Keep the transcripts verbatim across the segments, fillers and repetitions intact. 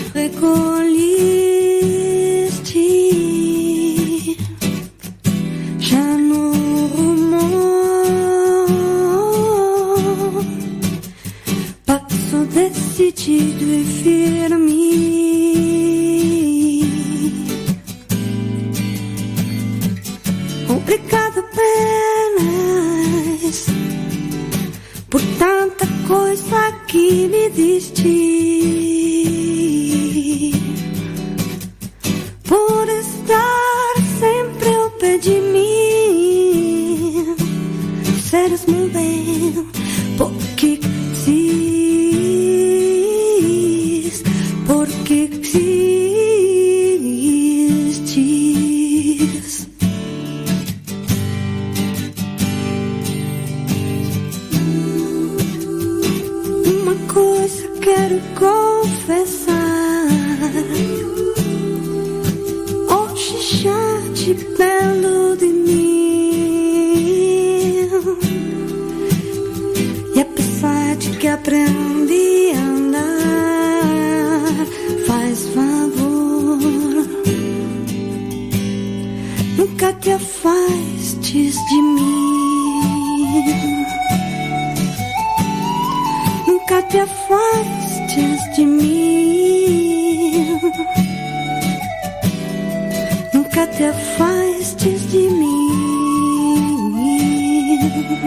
recolhisti já no rumor, passo decidido e firme. Obrigado apenas por tanta coisa que me diste, por estar sempre ao pé de mim. Seres meu bem, porque existes, porque existes. Uma coisa quero confessar, hoje já te pelo de mim. E apesar de que aprendi a andar, faz favor, nunca te afastes de mim. Nunca te afastes de mim. Nunca te afastes de mim.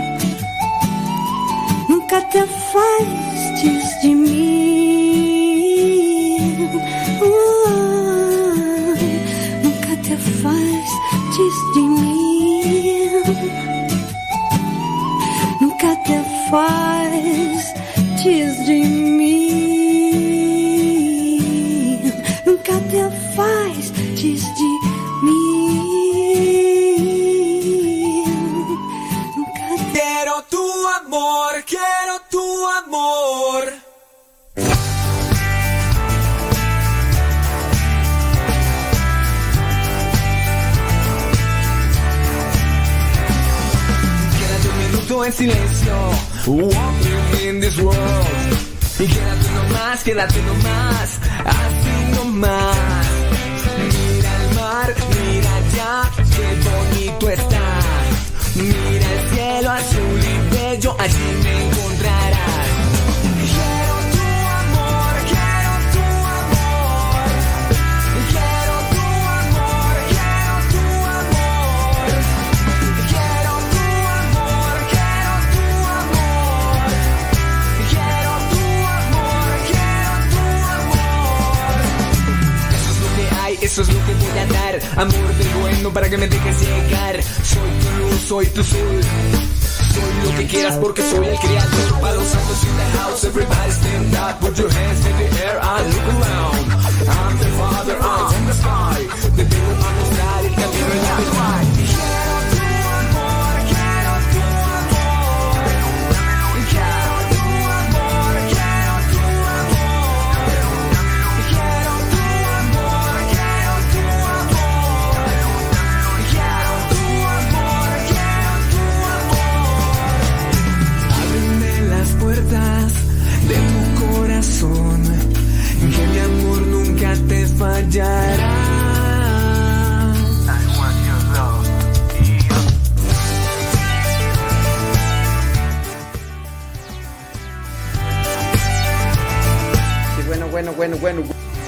Nunca te afastes de mim. Uh, nunca te afastes de mim. Nunca te afastes de mim, nunca te afastes de mim, nunca te... Quiero tu amor, quiero tu amor. Quédate un minuto en silencio. Walking in this world. Y quédate nomás, quédate nomás, así nomás. Mira el mar, mira allá, qué bonito está. Mira el cielo azul y bello, allí me encontrarás. Quiero tu amor, quiero tu amor. Quiero tu amor, quiero tu amor. Quiero tu amor, quiero tu amor. Quiero tu amor, quiero tu amor. Eso es lo que hay, eso es lo que voy a dar. Amor del bueno para que me dejes llegar. Soy tu luz, soy tu sol. Soy lo que quieras porque soy el creador. Para los santos in the house, everybody stand up. Put your hands in the air and look around. I'm the Father, I'm in the sky. Te vengo a mostrar el camino en la verdad. Quiero tu amor, quiero tu amor. Quiero tu amor, quiero tu amor. Quiero tu amor, quiero tu amor. Quiero tu amor, quiero tu amor. Ábreme las puertas de tu corazón, que mi amor nunca te fallará. Sí, bueno, bueno, bueno, bueno.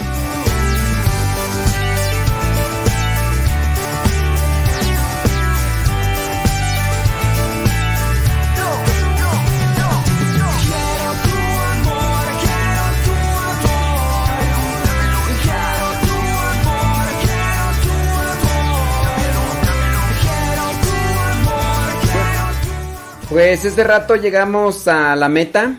Pues este rato llegamos a la meta.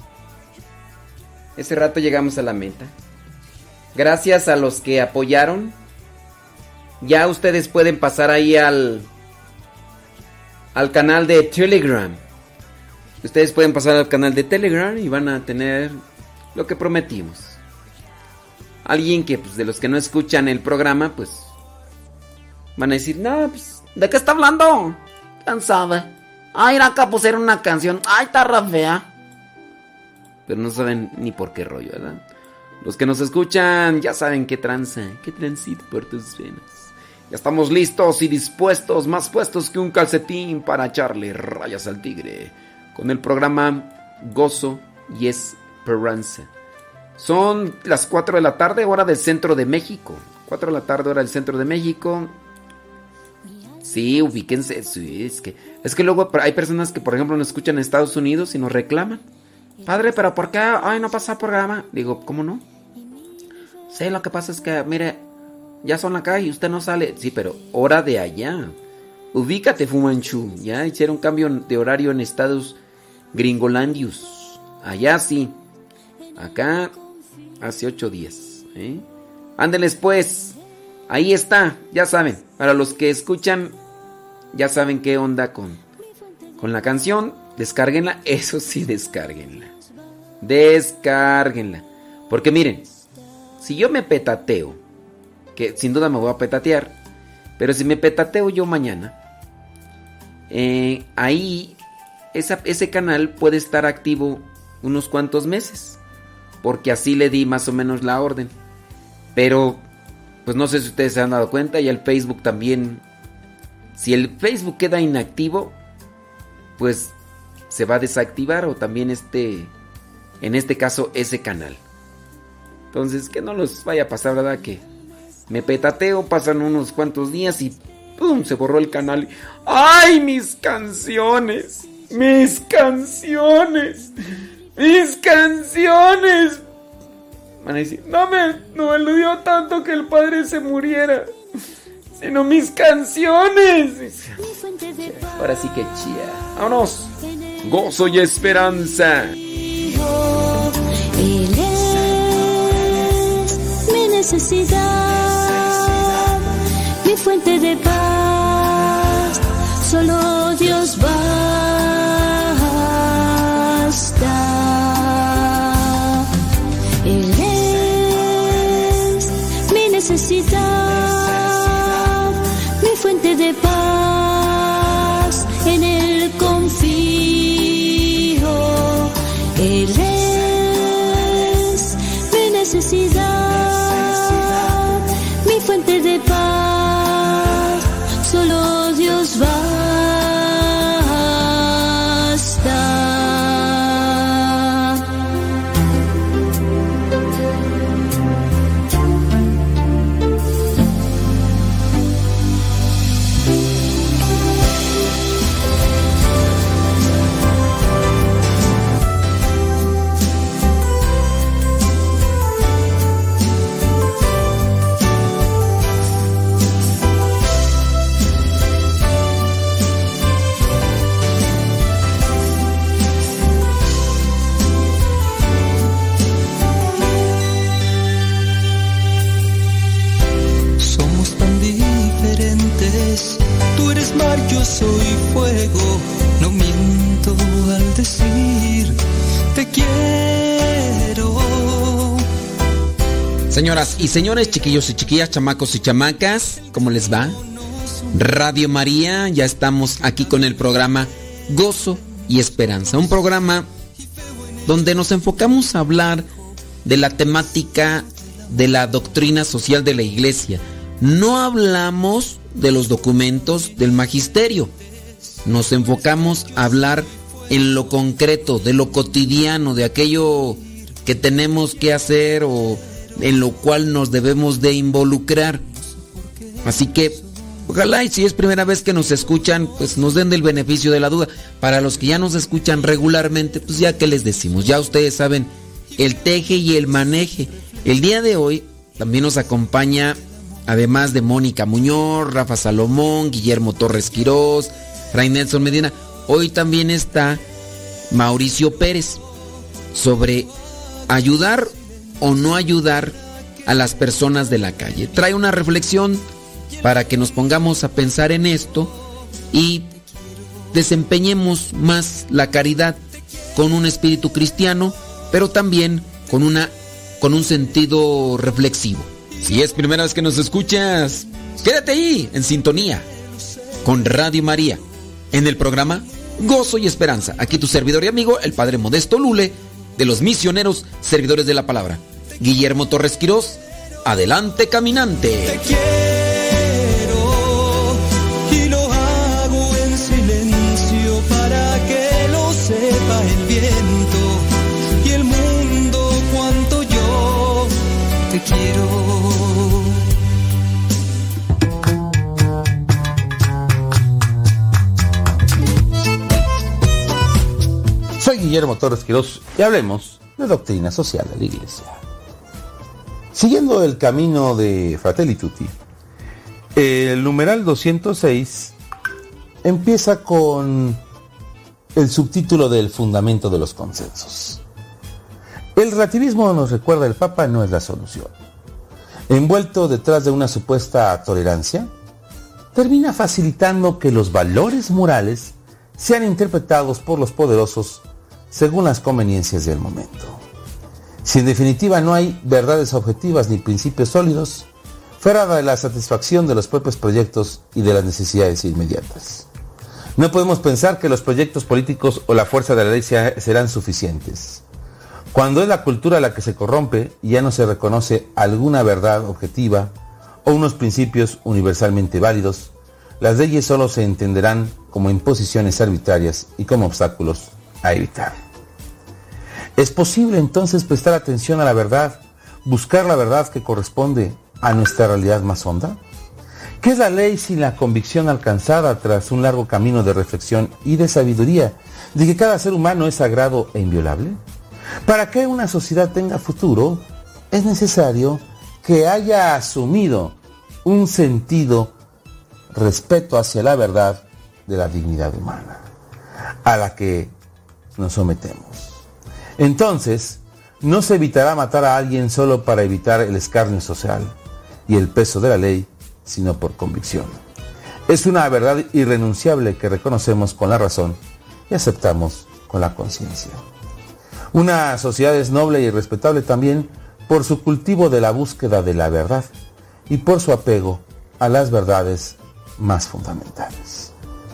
Ese rato llegamos a la meta. Gracias a los que apoyaron. Ya ustedes pueden pasar ahí al al canal de Telegram. Ustedes pueden pasar al canal de Telegram y van a tener lo que prometimos. Alguien que, pues, de los que no escuchan el programa, pues van a decir, no, pues, ¿de qué está hablando? Cansada. Ay, acá pusieron una canción. Ay, está re fea. Pero no saben ni por qué rollo, ¿verdad? Los que nos escuchan ya saben qué tranza, qué transita por tus venas. Ya estamos listos y dispuestos, más puestos que un calcetín para echarle rayas al tigre. Con el programa Gozo y Esperanza. Son las cuatro de la tarde, hora del centro de México. cuatro de la tarde, hora del centro de México. Sí, ubíquense. Sí, es que, es que luego hay personas que, por ejemplo, nos escuchan en Estados Unidos y nos reclaman. Padre, ¿pero por qué? Ay, no pasa programa. Digo, ¿cómo no? Sí, lo que pasa es que, mire, ya son acá y usted no sale. Sí, pero hora de allá. Ubícate, Fumanchu. Ya hicieron cambio de horario en Estados Gringolandius. Allá sí. Acá hace ocho días. ¿eh? Ándeles pues. Ahí está, ya saben. Para los que escuchan, ya saben qué onda con, con la canción. Descárguenla. Eso sí, descárguenla. Descárguenla. Porque miren, si yo me petateo, que sin duda me voy a petatear, pero si me petateo yo mañana, eh, ahí esa, ese canal puede estar activo unos cuantos meses. Porque así le di más o menos la orden. Pero pues no sé si ustedes se han dado cuenta, y el Facebook también. Si el Facebook queda inactivo, pues se va a desactivar, o también este, en este caso, ese canal. Entonces, que no los vaya a pasar, ¿verdad? Que me petateo, pasan unos cuantos días y ¡pum! Se borró el canal. ¡Ay, mis canciones! ¡Mis canciones! ¡Mis canciones! Van a decir, no me, no me dolió tanto que el padre se muriera, sino mis canciones. Ahora sí que chía. Vámonos. Gozo y esperanza. Él es mi necesidad, mi fuente de paz. Solo Dios basta. Necesidad, mi fuente de paz, en Él confío. Él es mi necesidad, mi fuente de paz, solo Dios basta. Tú eres mar, yo soy fuego. No miento al decir te quiero. Señoras y señores, chiquillos y chiquillas, chamacos y chamacas, ¿cómo les va? Radio María, ya estamos aquí con el programa Gozo y Esperanza. Un programa donde nos enfocamos a hablar de la temática de la doctrina social de la Iglesia. No hablamos de los documentos del magisterio. Nos enfocamos a hablar en lo concreto, de lo cotidiano, de aquello que tenemos que hacer o en lo cual nos debemos de involucrar. Así que, ojalá y si es primera vez que nos escuchan, pues nos den del beneficio de la duda. Para los que ya nos escuchan regularmente, pues ya que les decimos, ya ustedes saben el teje y el maneje. El día de hoy también nos acompaña, además de Mónica Muñoz, Rafa Salomón, Guillermo Torres Quirós, Ray Nelson Medina, hoy también está Mauricio Pérez, sobre ayudar o no ayudar a las personas de la calle. Trae una reflexión para que nos pongamos a pensar en esto y desempeñemos más la caridad con un espíritu cristiano, pero también con una con un sentido reflexivo. Si es primera vez que nos escuchas, quédate ahí en sintonía con Radio María en el programa Gozo y Esperanza. Aquí tu servidor y amigo, el Padre Modesto Lule, de los misioneros servidores de la palabra. Guillermo Torres Quirós, adelante caminante. Te quiero y lo hago en silencio para que lo sepa el viento y el mundo cuanto yo te quiero. Soy Guillermo Torres Quirós y hablemos de doctrina social de la Iglesia. Siguiendo el camino de Fratelli Tutti, el numeral doscientos seis empieza con el subtítulo del fundamento de los consensos. El relativismo, nos recuerda el Papa, no es la solución. Envuelto detrás de una supuesta tolerancia, termina facilitando que los valores morales sean interpretados por los poderosos según las conveniencias del momento. Si en definitiva no hay verdades objetivas ni principios sólidos, fuera de la satisfacción de los propios proyectos y de las necesidades inmediatas. No podemos pensar que los proyectos políticos o la fuerza de la ley sea, serán suficientes. Cuando es la cultura la que se corrompe y ya no se reconoce alguna verdad objetiva o unos principios universalmente válidos, las leyes solo se entenderán como imposiciones arbitrarias y como obstáculos a evitar. ¿Es posible entonces prestar atención a la verdad, buscar la verdad que corresponde a nuestra realidad más honda? ¿Qué es la ley sin la convicción alcanzada tras un largo camino de reflexión y de sabiduría de que cada ser humano es sagrado e inviolable? Para que una sociedad tenga futuro, es necesario que haya asumido un sentido respeto hacia la verdad de la dignidad humana, a la que nos sometemos. Entonces, no se evitará matar a alguien solo para evitar el escarnio social y el peso de la ley, sino por convicción. Es una verdad irrenunciable que reconocemos con la razón y aceptamos con la conciencia. Una sociedad es noble y respetable también por su cultivo de la búsqueda de la verdad y por su apego a las verdades más fundamentales.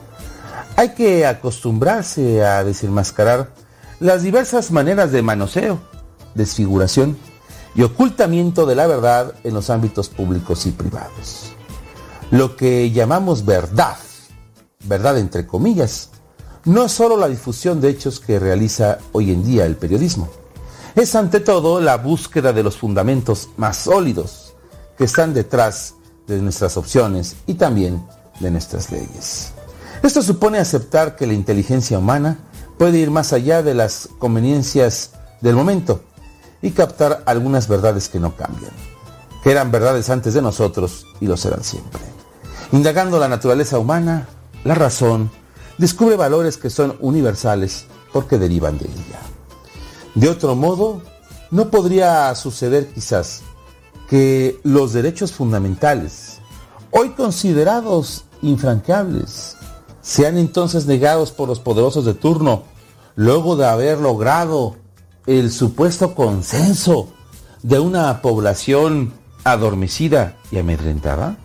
Hay que acostumbrarse a desenmascarar las diversas maneras de manoseo, desfiguración y ocultamiento de la verdad en los ámbitos públicos y privados. Lo que llamamos verdad, verdad entre comillas, no es solo la difusión de hechos que realiza hoy en día el periodismo. Es ante todo la búsqueda de los fundamentos más sólidos que están detrás de nuestras opciones y también de nuestras leyes. Esto supone aceptar que la inteligencia humana puede ir más allá de las conveniencias del momento y captar algunas verdades que no cambian, que eran verdades antes de nosotros y lo serán siempre. Indagando la naturaleza humana, la razón descubre valores que son universales porque derivan de ella. De otro modo, no podría suceder quizás que los derechos fundamentales, hoy considerados infranqueables, sean entonces negados por los poderosos de turno, luego de haber logrado el supuesto consenso de una población adormecida y amedrentada.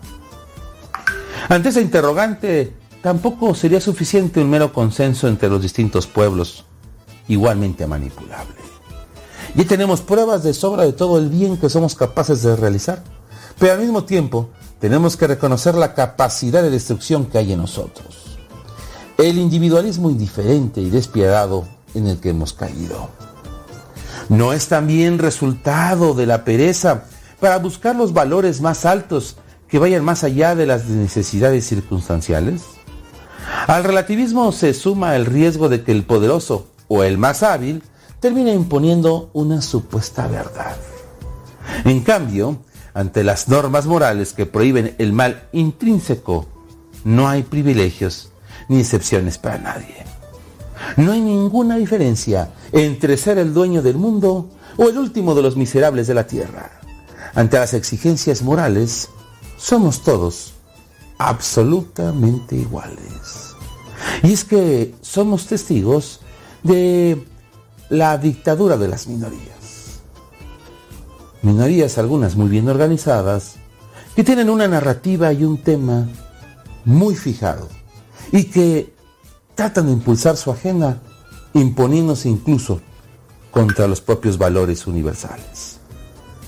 Ante esa interrogante, tampoco sería suficiente un mero consenso entre los distintos pueblos, igualmente manipulable. Ya tenemos pruebas de sobra de todo el bien que somos capaces de realizar, pero al mismo tiempo tenemos que reconocer la capacidad de destrucción que hay en nosotros. El individualismo indiferente y despiadado en el que hemos caído. ¿No es también resultado de la pereza para buscar los valores más altos que vayan más allá de las necesidades circunstanciales? Al relativismo se suma el riesgo de que el poderoso o el más hábil termine imponiendo una supuesta verdad. En cambio, ante las normas morales que prohíben el mal intrínseco, no hay privilegios ni excepciones para nadie. No hay ninguna diferencia entre ser el dueño del mundo o el último de los miserables de la tierra. Ante las exigencias morales, somos todos absolutamente iguales. Y es que somos testigos de la dictadura de las minorías. Minorías, algunas muy bien organizadas, que tienen una narrativa y un tema muy fijado y que tratan de impulsar su agenda imponiéndose incluso contra los propios valores universales.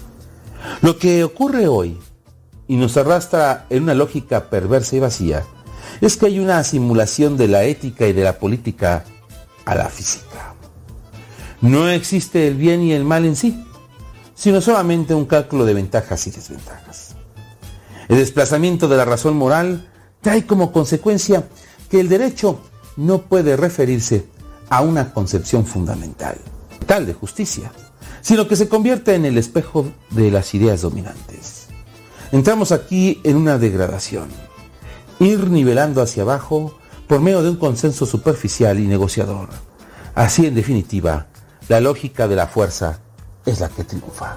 Lo que ocurre hoy y nos arrastra en una lógica perversa y vacía es que hay una simulación de la ética y de la política a la física. No existe el bien y el mal en sí, sino solamente un cálculo de ventajas y desventajas. El desplazamiento de la razón moral trae como consecuencia que el derecho no puede referirse a una concepción fundamental, tal de justicia, sino que se convierte en el espejo de las ideas dominantes. Entramos aquí en una degradación, ir nivelando hacia abajo por medio de un consenso superficial y negociador. Así, en definitiva, la lógica de la fuerza es la que triunfa.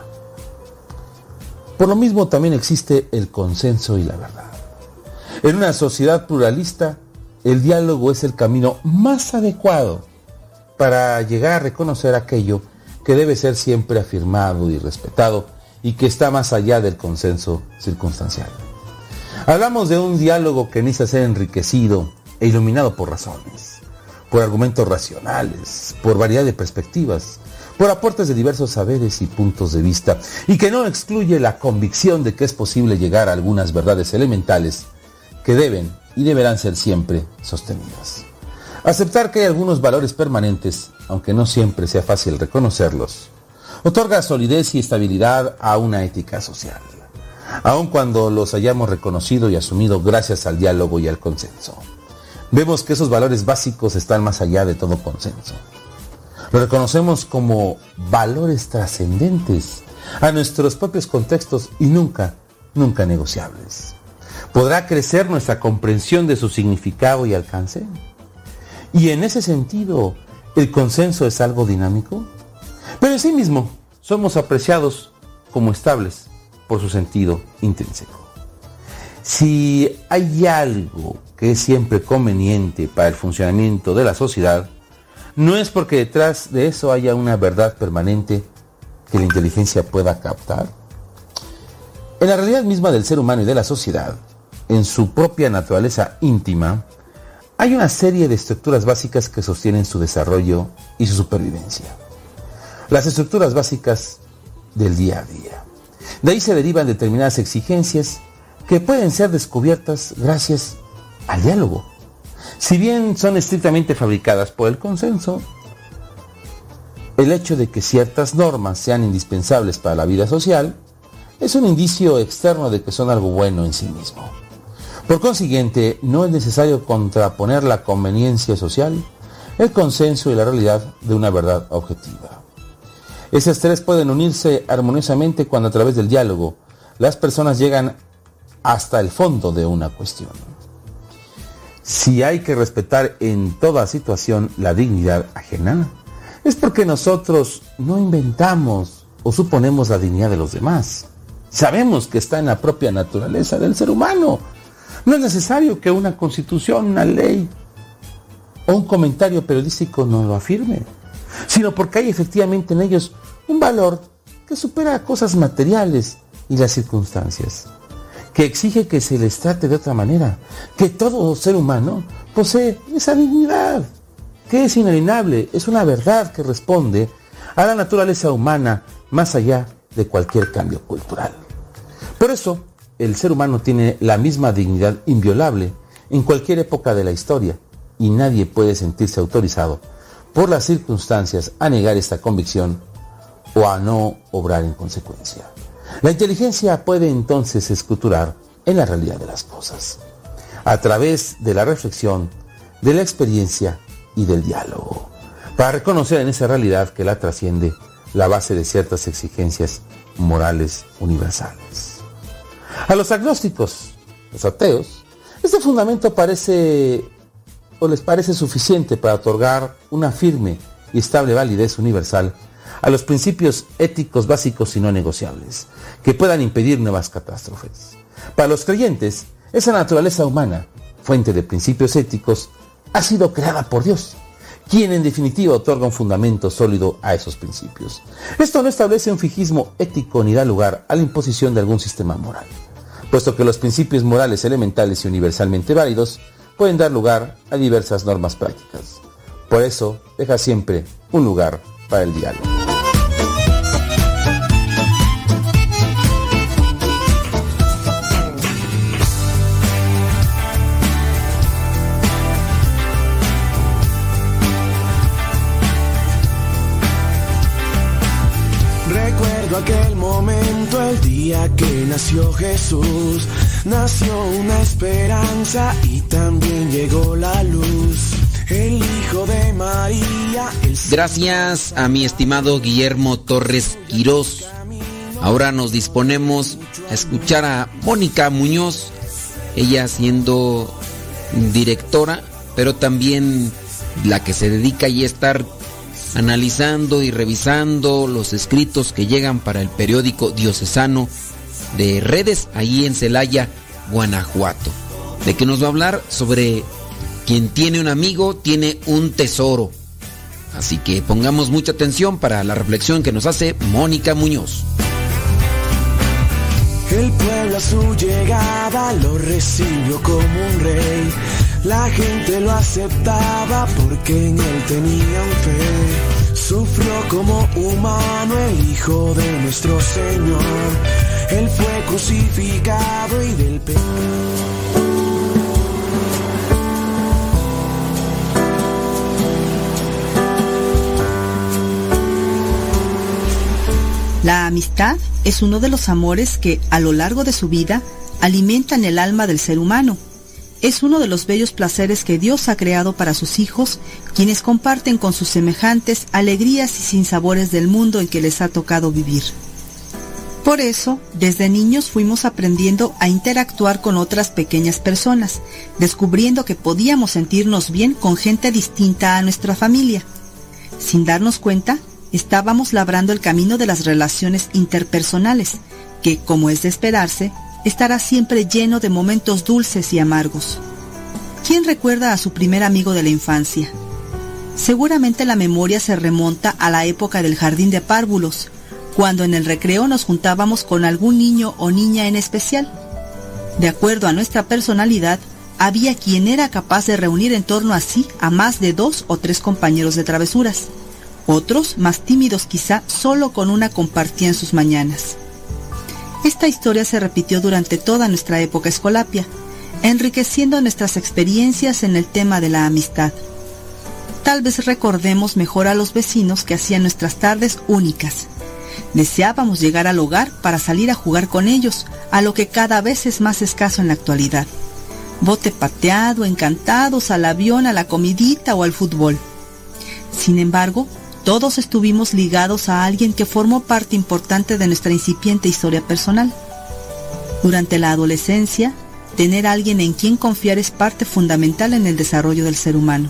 Por lo mismo también existe el consenso y la verdad. En una sociedad pluralista, el diálogo es el camino más adecuado para llegar a reconocer aquello que debe ser siempre afirmado y respetado y que está más allá del consenso circunstancial. Hablamos de un diálogo que necesita ser enriquecido e iluminado por razones, por argumentos racionales, por variedad de perspectivas, por aportes de diversos saberes y puntos de vista, y que no excluye la convicción de que es posible llegar a algunas verdades elementales que deben y deberán ser siempre sostenidas. Aceptar que hay algunos valores permanentes, aunque no siempre sea fácil reconocerlos, otorga solidez y estabilidad a una ética social, aun cuando los hayamos reconocido y asumido gracias al diálogo y al consenso. Vemos que esos valores básicos están más allá de todo consenso. Los reconocemos como valores trascendentes a nuestros propios contextos y nunca, nunca negociables. ¿Podrá crecer nuestra comprensión de su significado y alcance? Y en ese sentido, ¿el consenso es algo dinámico? Pero en sí mismo, somos apreciados como estables por su sentido intrínseco. Si hay algo que es siempre conveniente para el funcionamiento de la sociedad, no es porque detrás de eso haya una verdad permanente que la inteligencia pueda captar. En la realidad misma del ser humano y de la sociedad, en su propia naturaleza íntima, hay una serie de estructuras básicas que sostienen su desarrollo y su supervivencia. Las estructuras básicas del día a día. De ahí se derivan determinadas exigencias que pueden ser descubiertas gracias al diálogo. Si bien son estrictamente fabricadas por el consenso, el hecho de que ciertas normas sean indispensables para la vida social es un indicio externo de que son algo bueno en sí mismo. Por consiguiente, no es necesario contraponer la conveniencia social, el consenso y la realidad de una verdad objetiva. Esas tres pueden unirse armoniosamente cuando a través del diálogo las personas llegan hasta el fondo de una cuestión. Si hay que respetar en toda situación la dignidad ajena, es porque nosotros no inventamos o suponemos la dignidad de los demás. Sabemos que está en la propia naturaleza del ser humano. No es necesario que una constitución, una ley o un comentario periodístico nos lo afirme, sino porque hay efectivamente en ellos un valor que supera cosas materiales y las circunstancias, que exige que se les trate de otra manera, que todo ser humano posee esa dignidad, que es inalienable, es una verdad que responde a la naturaleza humana más allá de cualquier cambio cultural. Por eso, el ser humano tiene la misma dignidad inviolable en cualquier época de la historia y nadie puede sentirse autorizado por las circunstancias a negar esta convicción o a no obrar en consecuencia. La inteligencia puede entonces escrutar en la realidad de las cosas, a través de la reflexión, de la experiencia y del diálogo, para reconocer en esa realidad que la trasciende la base de ciertas exigencias morales universales. A los agnósticos, los ateos, este fundamento parece o les parece suficiente para otorgar una firme y estable validez universal a los principios éticos básicos y no negociables, que puedan impedir nuevas catástrofes. Para los creyentes, esa naturaleza humana, fuente de principios éticos, ha sido creada por Dios, quien en definitiva otorga un fundamento sólido a esos principios. Esto no establece un fijismo ético ni da lugar a la imposición de algún sistema moral, puesto que los principios morales elementales y universalmente válidos pueden dar lugar a diversas normas prácticas. Por eso, deja siempre un lugar para el diálogo. justo el día que nació Jesús, nació una esperanza y también llegó la luz. El Hijo de María. El... Gracias a mi estimado Guillermo Torres Quirós. Ahora nos disponemos a escuchar a Mónica Muñoz, ella siendo directora, pero también la que se dedica a estar analizando y revisando los escritos que llegan para el periódico diocesano de Redes, ahí en Celaya, Guanajuato. De que nos va a hablar sobre quien tiene un amigo tiene un tesoro. Así que pongamos mucha atención para la reflexión que nos hace Mónica Muñoz. El pueblo a su llegada lo recibió como un rey. La gente lo aceptaba porque en él tenían fe. Sufrió como humano el Hijo de nuestro Señor. Él fue crucificado y del pecado. La amistad es uno de los amores que, a lo largo de su vida, alimentan el alma del ser humano. Es uno de los bellos placeres que Dios ha creado para sus hijos, quienes comparten con sus semejantes alegrías y sinsabores del mundo en que les ha tocado vivir. Por eso, desde niños fuimos aprendiendo a interactuar con otras pequeñas personas, descubriendo que podíamos sentirnos bien con gente distinta a nuestra familia. Sin darnos cuenta, estábamos labrando el camino de las relaciones interpersonales, que, como es de esperarse, estará siempre lleno de momentos dulces y amargos. ¿Quién recuerda a su primer amigo de la infancia? Seguramente la memoria se remonta a la época del jardín de párvulos, cuando en el recreo nos juntábamos con algún niño o niña en especial. De acuerdo a nuestra personalidad, había quien era capaz de reunir en torno a sí a más de dos o tres compañeros de travesuras. Otros, más tímidos quizá, solo con una compartían sus mañanas. Esta historia se repitió durante toda nuestra época escolapia, enriqueciendo nuestras experiencias en el tema de la amistad. Tal vez recordemos mejor a los vecinos que hacían nuestras tardes únicas. Deseábamos llegar al hogar para salir a jugar con ellos, a lo que cada vez es más escaso en la actualidad. Bote pateado, encantados, al avión, a la comidita o al fútbol. Sin embargo, todos estuvimos ligados a alguien que formó parte importante de nuestra incipiente historia personal. Durante la adolescencia, tener a alguien en quien confiar es parte fundamental en el desarrollo del ser humano.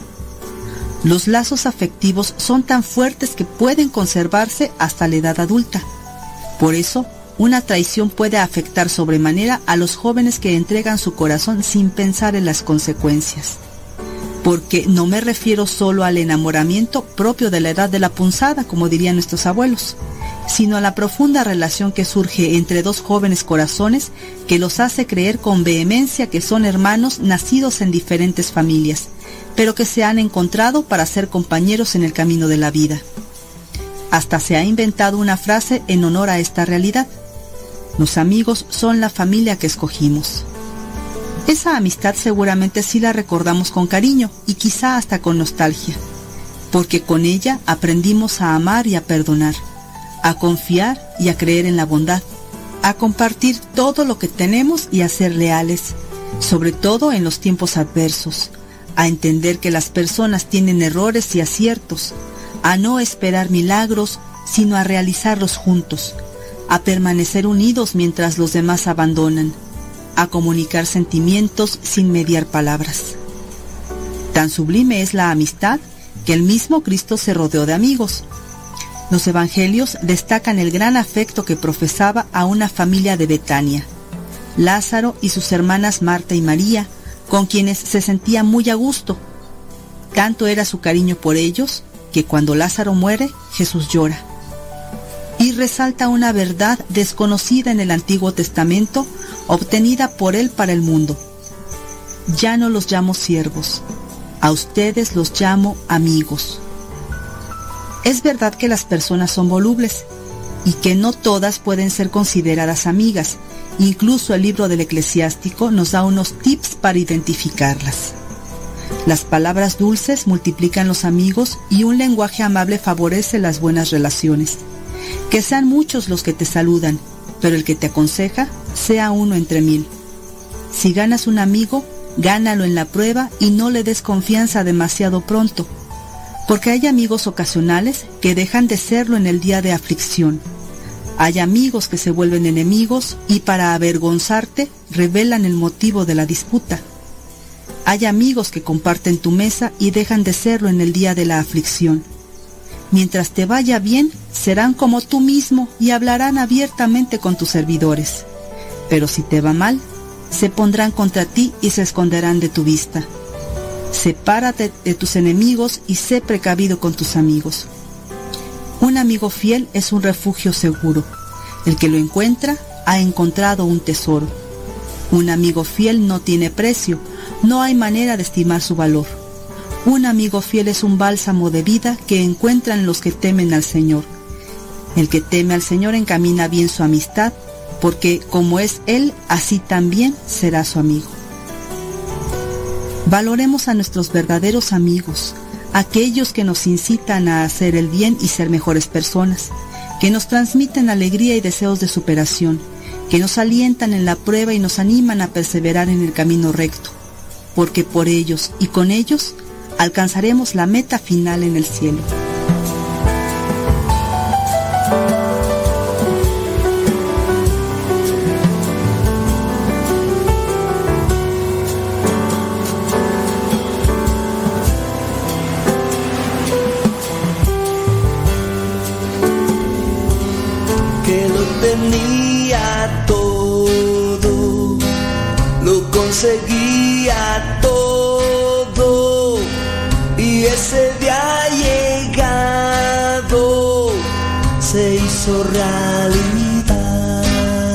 Los lazos afectivos son tan fuertes que pueden conservarse hasta la edad adulta. Por eso, una traición puede afectar sobremanera a los jóvenes que entregan su corazón sin pensar en las consecuencias. Porque no me refiero solo al enamoramiento propio de la edad de la punzada, como dirían nuestros abuelos, sino a la profunda relación que surge entre dos jóvenes corazones que los hace creer con vehemencia que son hermanos nacidos en diferentes familias, pero que se han encontrado para ser compañeros en el camino de la vida. Hasta se ha inventado una frase en honor a esta realidad: los amigos son la familia que escogimos. Esa amistad seguramente sí la recordamos con cariño y quizá hasta con nostalgia, porque con ella aprendimos a amar y a perdonar, a confiar y a creer en la bondad, a compartir todo lo que tenemos y a ser leales, sobre todo en los tiempos adversos, a entender que las personas tienen errores y aciertos, a no esperar milagros, sino a realizarlos juntos, a permanecer unidos mientras los demás abandonan, a comunicar sentimientos sin mediar palabras. Tan sublime es la amistad que el mismo Cristo se rodeó de amigos. Los evangelios destacan el gran afecto que profesaba a una familia de Betania, Lázaro y sus hermanas Marta y María, con quienes se sentía muy a gusto. Tanto era su cariño por ellos que cuando Lázaro muere, Jesús llora. Y resalta una verdad desconocida en el Antiguo Testamento, obtenida por él para el mundo. Ya no los llamo siervos, a ustedes los llamo amigos. Es verdad que las personas son volubles y que no todas pueden ser consideradas amigas. Incluso el libro del Eclesiástico nos da unos tips para identificarlas. Las palabras dulces multiplican los amigos y un lenguaje amable favorece las buenas relaciones. Que sean muchos los que te saludan pero el que te aconseja sea uno entre mil. Si ganas un amigo, gánalo en la prueba y no le des confianza demasiado pronto, porque hay amigos ocasionales que dejan de serlo en el día de aflicción. Hay amigos que se vuelven enemigos y para avergonzarte revelan el motivo de la disputa. Hay amigos que comparten tu mesa y dejan de serlo en el día de la aflicción. Mientras te vaya bien, serán como tú mismo y hablarán abiertamente con tus servidores. Pero si te va mal, se pondrán contra ti y se esconderán de tu vista. Sepárate de tus enemigos y sé precavido con tus amigos. Un amigo fiel es un refugio seguro. El que lo encuentra ha encontrado un tesoro. Un amigo fiel no tiene precio, no hay manera de estimar su valor. Un amigo fiel es un bálsamo de vida que encuentran los que temen al Señor. El que teme al Señor encamina bien su amistad, porque como es Él, así también será su amigo. Valoremos a nuestros verdaderos amigos, aquellos que nos incitan a hacer el bien y ser mejores personas, que nos transmiten alegría y deseos de superación, que nos alientan en la prueba y nos animan a perseverar en el camino recto, porque por ellos y con ellos alcanzaremos la meta final en el cielo. Que lo tenía todo, lo conseguía todo, y ese día llegado se hizo realidad.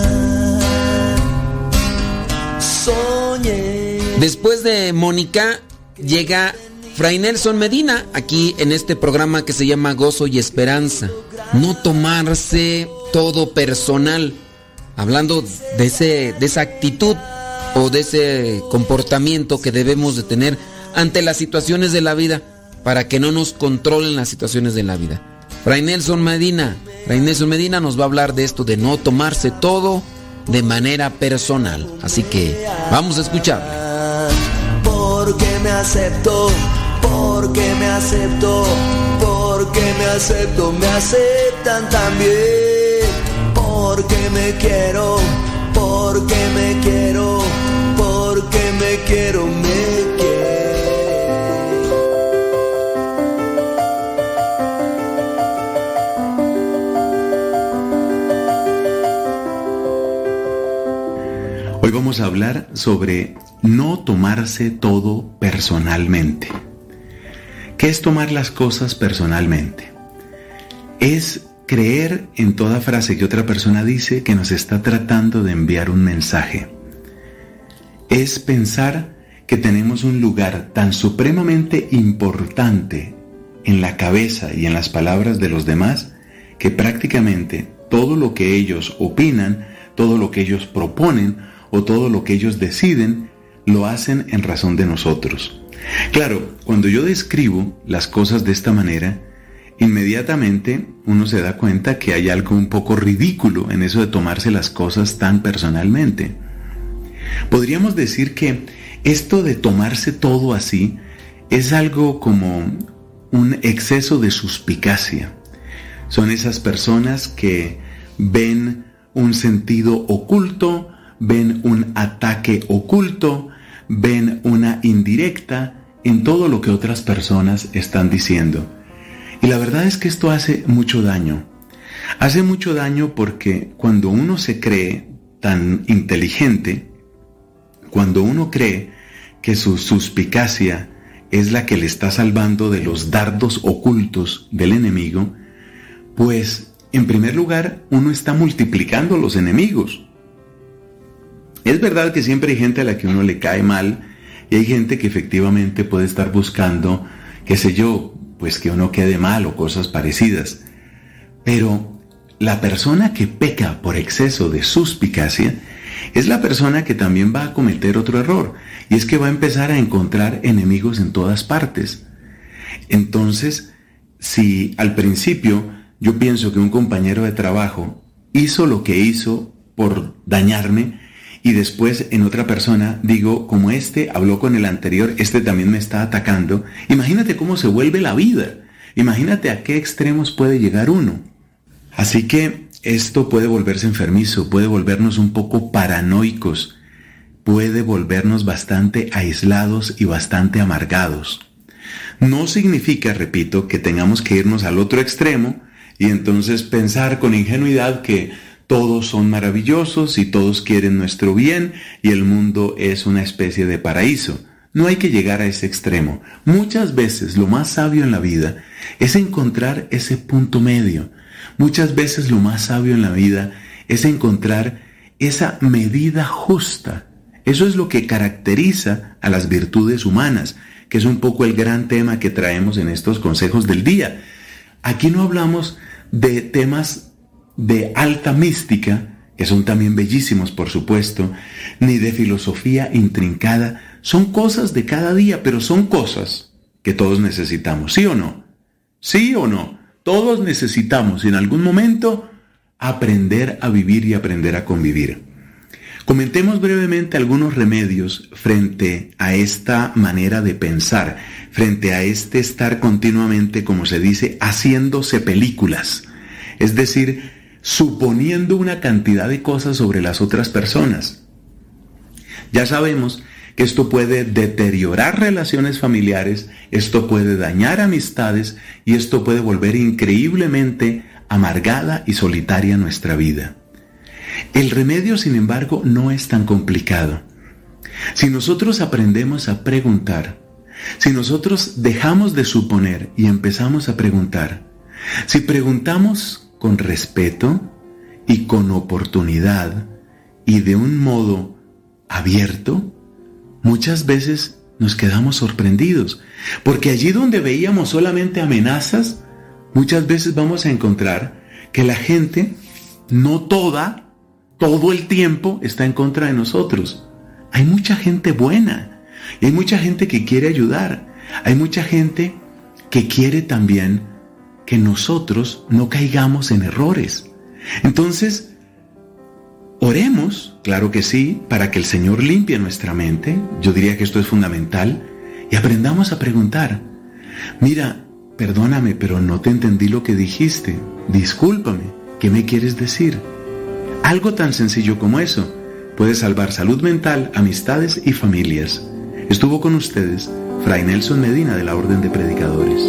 Soñé. Después de Mónica llega Fray Nelson Medina aquí en este programa que se llama Gozo y Esperanza. No tomarse todo personal, hablando de ese de esa actitud o de ese comportamiento que debemos de tener ante las situaciones de la vida para que no nos controlen las situaciones de la vida. Fray Nelson Medina, Fray Nelson Medina nos va a hablar de esto de no tomarse todo de manera personal. Así que vamos a escucharle. Porque me acepto, porque me acepto, porque me acepto, me aceptan también. Porque me quiero, porque me quiero, porque me quiero, me quiero. Hoy vamos a hablar sobre no tomarse todo personalmente. ¿Qué es tomar las cosas personalmente? Es creer en toda frase que otra persona dice que nos está tratando de enviar un mensaje. Es pensar que tenemos un lugar tan supremamente importante en la cabeza y en las palabras de los demás que prácticamente todo lo que ellos opinan, todo lo que ellos proponen o todo lo que ellos deciden, lo hacen en razón de nosotros. Claro, cuando yo describo las cosas de esta manera, inmediatamente uno se da cuenta que hay algo un poco ridículo en eso de tomarse las cosas tan personalmente. Podríamos decir que esto de tomarse todo así es algo como un exceso de suspicacia. Son esas personas que ven un sentido oculto, ven un ataque oculto, ven una indirecta en todo lo que otras personas están diciendo. Y la verdad es que esto hace mucho daño. Hace mucho daño porque cuando uno se cree tan inteligente, cuando uno cree que su suspicacia es la que le está salvando de los dardos ocultos del enemigo, pues en primer lugar uno está multiplicando los enemigos. Es verdad que siempre hay gente a la que uno le cae mal y hay gente que efectivamente puede estar buscando, qué sé yo, pues que uno quede mal o cosas parecidas. Pero la persona que peca por exceso de suspicacia es la persona que también va a cometer otro error, y es que va a empezar a encontrar enemigos en todas partes. Entonces, si al principio yo pienso que un compañero de trabajo hizo lo que hizo por dañarme, y después en otra persona digo, como este habló con el anterior, este también me está atacando. Imagínate cómo se vuelve la vida. Imagínate a qué extremos puede llegar uno. Así que esto puede volverse enfermizo, puede volvernos un poco paranoicos, puede volvernos bastante aislados y bastante amargados. No significa, repito, que tengamos que irnos al otro extremo y entonces pensar con ingenuidad que todos son maravillosos y todos quieren nuestro bien y el mundo es una especie de paraíso. No hay que llegar a ese extremo. Muchas veces lo más sabio en la vida es encontrar ese punto medio. Muchas veces lo más sabio en la vida es encontrar esa medida justa. Eso es lo que caracteriza a las virtudes humanas, que es un poco el gran tema que traemos en estos consejos del día. Aquí no hablamos de temas de alta mística, que son también bellísimos por supuesto, ni de filosofía intrincada. Son cosas de cada día, pero son cosas que todos necesitamos, ¿sí o no? ¿Sí o no? Todos necesitamos en algún momento aprender a vivir y aprender a convivir. Comentemos brevemente algunos remedios frente a esta manera de pensar, frente a este estar continuamente, como se dice, haciéndose películas. Es decir, suponiendo una cantidad de cosas sobre las otras personas. Ya sabemos que esto puede deteriorar relaciones familiares, esto puede dañar amistades y esto puede volver increíblemente amargada y solitaria nuestra vida. El remedio, sin embargo, no es tan complicado. Si nosotros aprendemos a preguntar, si nosotros dejamos de suponer y empezamos a preguntar, si preguntamos con respeto y con oportunidad y de un modo abierto, muchas veces nos quedamos sorprendidos, porque allí donde veíamos solamente amenazas, muchas veces vamos a encontrar que la gente, no toda, todo el tiempo está en contra de nosotros. Hay mucha gente buena, y hay mucha gente que quiere ayudar, hay mucha gente que quiere también que nosotros no caigamos en errores. Entonces, oremos, claro que sí, para que el Señor limpie nuestra mente. Yo diría que esto es fundamental. Y aprendamos a preguntar. Mira, perdóname, pero no te entendí lo que dijiste. Discúlpame, ¿qué me quieres decir? Algo tan sencillo como eso puede salvar salud mental, amistades y familias. Estuvo con ustedes Fray Nelson Medina de la Orden de Predicadores.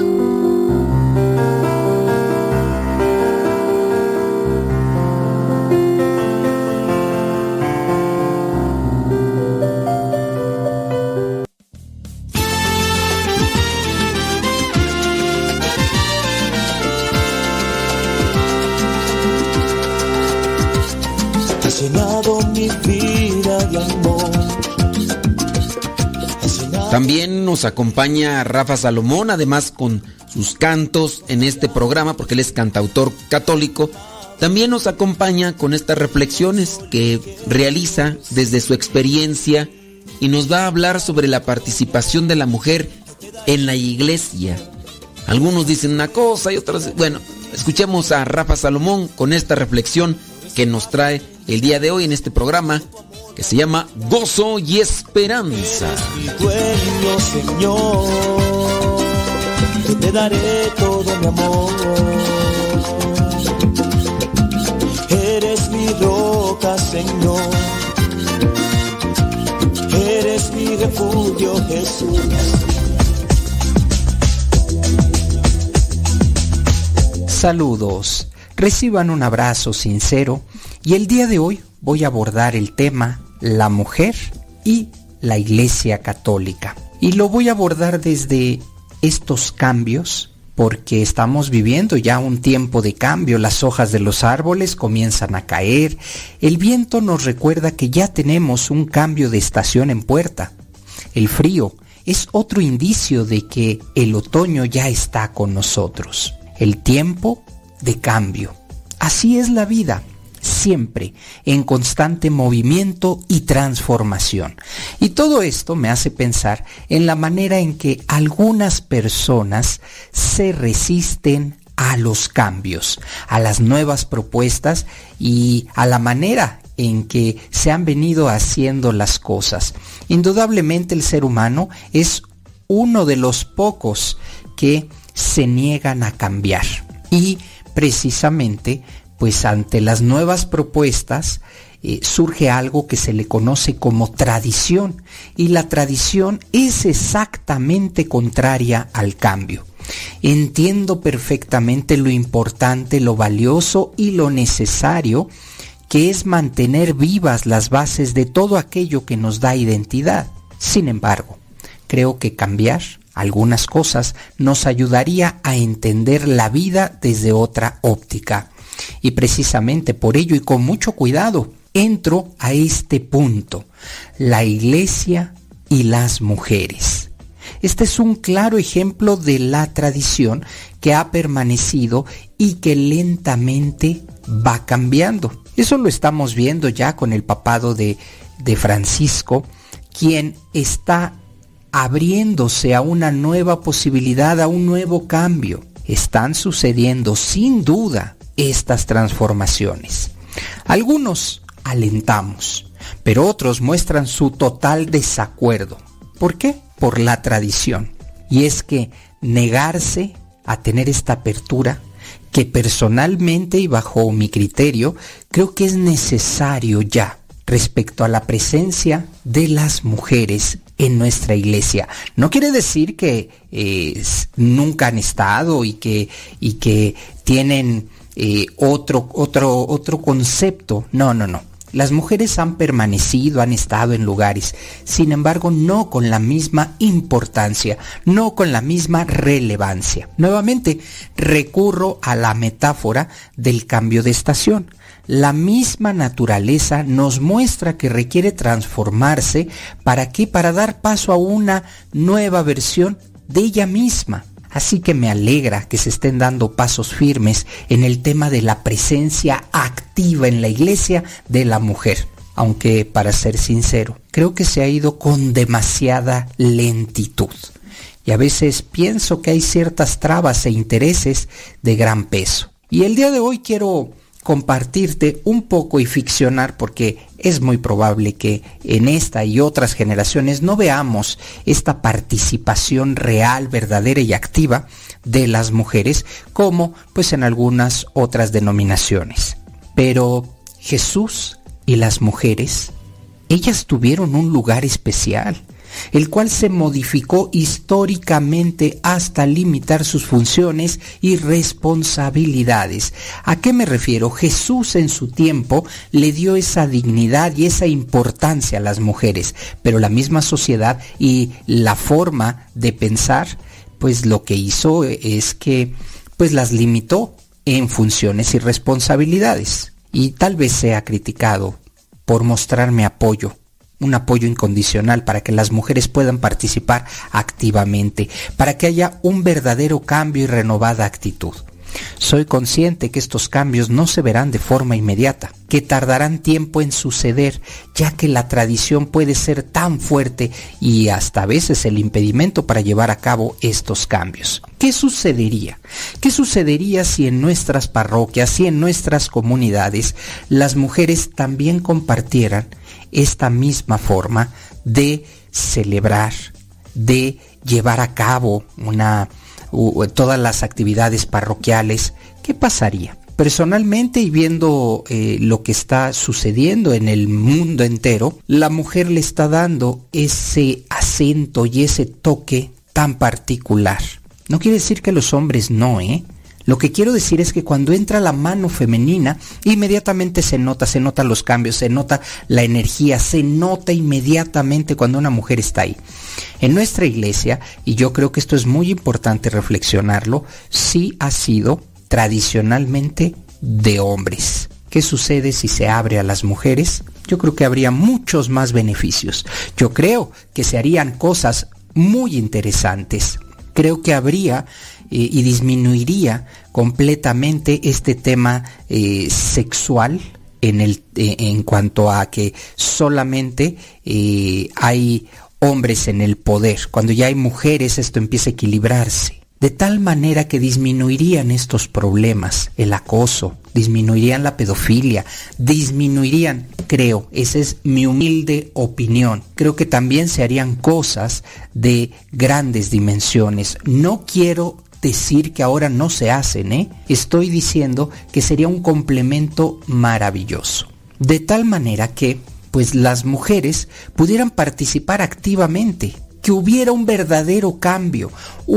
También nos acompaña Rafa Salomón, además con sus cantos en este programa, porque él es cantautor católico. También nos acompaña con estas reflexiones que realiza desde su experiencia y nos va a hablar sobre la participación de la mujer en la iglesia. Algunos dicen una cosa y otros... Bueno, escuchemos a Rafa Salomón con esta reflexión que nos trae el día de hoy en este programa, que se llama Gozo y Esperanza. Eres mi dueño, Señor, yo te daré todo mi amor. Eres mi roca, Señor, eres mi refugio, Jesús. Saludos, reciban un abrazo sincero y el día de hoy voy a abordar el tema la mujer y la Iglesia Católica. Y lo voy a abordar desde estos cambios, porque estamos viviendo ya un tiempo de cambio. Las hojas de los árboles comienzan a caer. El viento nos recuerda que ya tenemos un cambio de estación en puerta. El frío es otro indicio de que el otoño ya está con nosotros. El tiempo de cambio. Así es la vida. Siempre en constante movimiento y transformación. Y todo esto me hace pensar en la manera en que algunas personas se resisten a los cambios, a las nuevas propuestas y a la manera en que se han venido haciendo las cosas. Indudablemente el ser humano es uno de los pocos que se niegan a cambiar y precisamente pues ante las nuevas propuestas eh, surge algo que se le conoce como tradición, y la tradición es exactamente contraria al cambio. Entiendo perfectamente lo importante, lo valioso y lo necesario que es mantener vivas las bases de todo aquello que nos da identidad. Sin embargo, creo que cambiar algunas cosas nos ayudaría a entender la vida desde otra óptica. Y precisamente por ello y con mucho cuidado, entro a este punto: la iglesia y las mujeres. Este es un claro ejemplo de la tradición que ha permanecido y que lentamente va cambiando. Eso lo estamos viendo ya con el papado de, de Francisco, quien está abriéndose a una nueva posibilidad, a un nuevo cambio. Están sucediendo sin duda estas transformaciones. Algunos alentamos, pero otros muestran su total desacuerdo. ¿Por qué? Por la tradición. Y es que negarse a tener esta apertura, que personalmente y bajo mi criterio, creo que es necesario ya respecto a la presencia de las mujeres en nuestra iglesia. No quiere decir que eh, nunca han estado y que, y que tienen eh, otro, otro, otro concepto. No, no, no. Las mujeres han permanecido, han estado en lugares, sin embargo no con la misma importancia, no con la misma relevancia. Nuevamente recurro a la metáfora del cambio de estación. La misma naturaleza nos muestra que requiere transformarse. ¿Para qué? Para dar paso a una nueva versión de ella misma. Así que me alegra que se estén dando pasos firmes en el tema de la presencia activa en la iglesia de la mujer. Aunque, para ser sincero, creo que se ha ido con demasiada lentitud. Y a veces pienso que hay ciertas trabas e intereses de gran peso. Y el día de hoy quiero compartirte un poco y ficcionar, porque es muy probable que en esta y otras generaciones no veamos esta participación real, verdadera y activa de las mujeres como pues en algunas otras denominaciones. Pero Jesús y las mujeres, ellas tuvieron un lugar especial, el cual se modificó históricamente hasta limitar sus funciones y responsabilidades. ¿A qué me refiero? Jesús en su tiempo le dio esa dignidad y esa importancia a las mujeres, pero la misma sociedad y la forma de pensar, pues lo que hizo es que pues las limitó en funciones y responsabilidades. Y tal vez sea criticado por mostrarme apoyo, un apoyo incondicional para que las mujeres puedan participar activamente, para que haya un verdadero cambio y renovada actitud. Soy consciente que estos cambios no se verán de forma inmediata, que tardarán tiempo en suceder, ya que la tradición puede ser tan fuerte y hasta a veces el impedimento para llevar a cabo estos cambios. ¿Qué sucedería? ¿Qué sucedería si en nuestras parroquias y en nuestras comunidades las mujeres también compartieran esta misma forma de celebrar, de llevar a cabo una uh, todas las actividades parroquiales? ¿Qué pasaría? Personalmente, y viendo eh, lo que está sucediendo en el mundo entero, la mujer le está dando ese acento y ese toque tan particular. No quiere decir que los hombres no, ¿eh? Lo que quiero decir es que cuando entra la mano femenina, inmediatamente se nota, se notan los cambios, se nota la energía, se nota inmediatamente cuando una mujer está ahí. En nuestra iglesia, y yo creo que esto es muy importante reflexionarlo, sí ha sido tradicionalmente de hombres. ¿Qué sucede si se abre a las mujeres? Yo creo que habría muchos más beneficios. Yo creo que se harían cosas muy interesantes. Creo que habría eh, y disminuiría completamente este tema eh, sexual en, el, eh, en cuanto a que solamente eh, hay hombres en el poder. Cuando ya hay mujeres, esto empieza a equilibrarse. de tal manera que disminuirían estos problemas, el acoso, disminuirían la pedofilia, disminuirían, creo, esa es mi humilde opinión, creo que también se harían cosas de grandes dimensiones. No quiero decir que ahora no se hacen, ¿eh? Estoy diciendo que sería un complemento maravilloso. De tal manera que, pues, las mujeres pudieran participar activamente, que hubiera un verdadero cambio,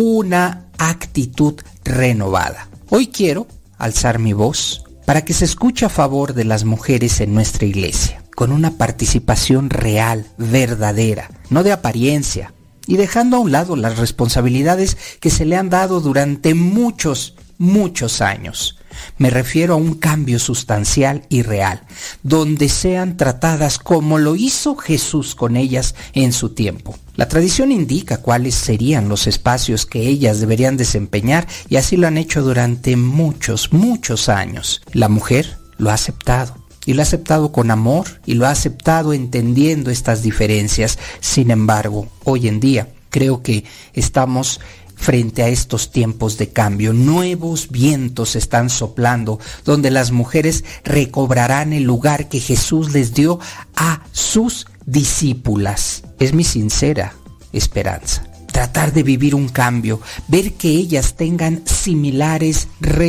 una actitud renovada. Hoy quiero alzar mi voz para que se escuche a favor de las mujeres en nuestra iglesia, con una participación real, verdadera, no de apariencia, y dejando a un lado las responsabilidades que se le han dado durante muchos, muchos años. Me refiero a un cambio sustancial y real, donde sean tratadas como lo hizo Jesús con ellas en su tiempo. La tradición indica cuáles serían los espacios que ellas deberían desempeñar y así lo han hecho durante muchos, muchos años. La mujer lo ha aceptado. Y lo ha aceptado con amor y lo ha aceptado entendiendo estas diferencias. Sin embargo, hoy en día creo que estamos frente a estos tiempos de cambio. Nuevos vientos están soplando, donde las mujeres recobrarán el lugar que Jesús les dio a sus discípulas. Es mi sincera esperanza. Tratar de vivir un cambio, ver que ellas tengan similares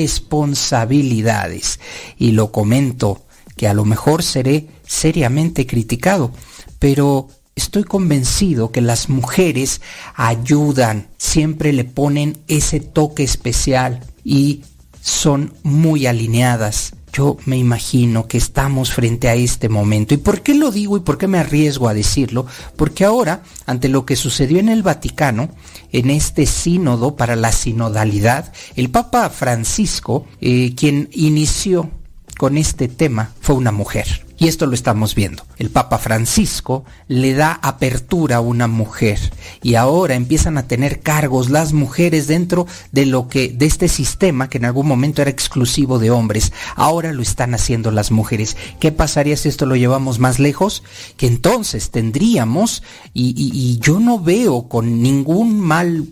responsabilidades. Y lo comento, que a lo mejor seré seriamente criticado, pero estoy convencido que las mujeres ayudan, siempre le ponen ese toque especial y son muy alineadas. Yo me imagino que estamos frente a este momento. ¿Y por qué lo digo y por qué me arriesgo a decirlo? Porque ahora, ante lo que sucedió en el Vaticano, en este sínodo para la sinodalidad, el Papa Francisco, eh, quien inició con este tema, fue una mujer. Y esto lo estamos viendo. El Papa Francisco le da apertura a una mujer y ahora empiezan a tener cargos las mujeres dentro de lo que de este sistema que en algún momento era exclusivo de hombres. Ahora lo están haciendo las mujeres. ¿Qué pasaría si esto lo llevamos más lejos? Que entonces tendríamos y, y, y yo no veo con ningún mal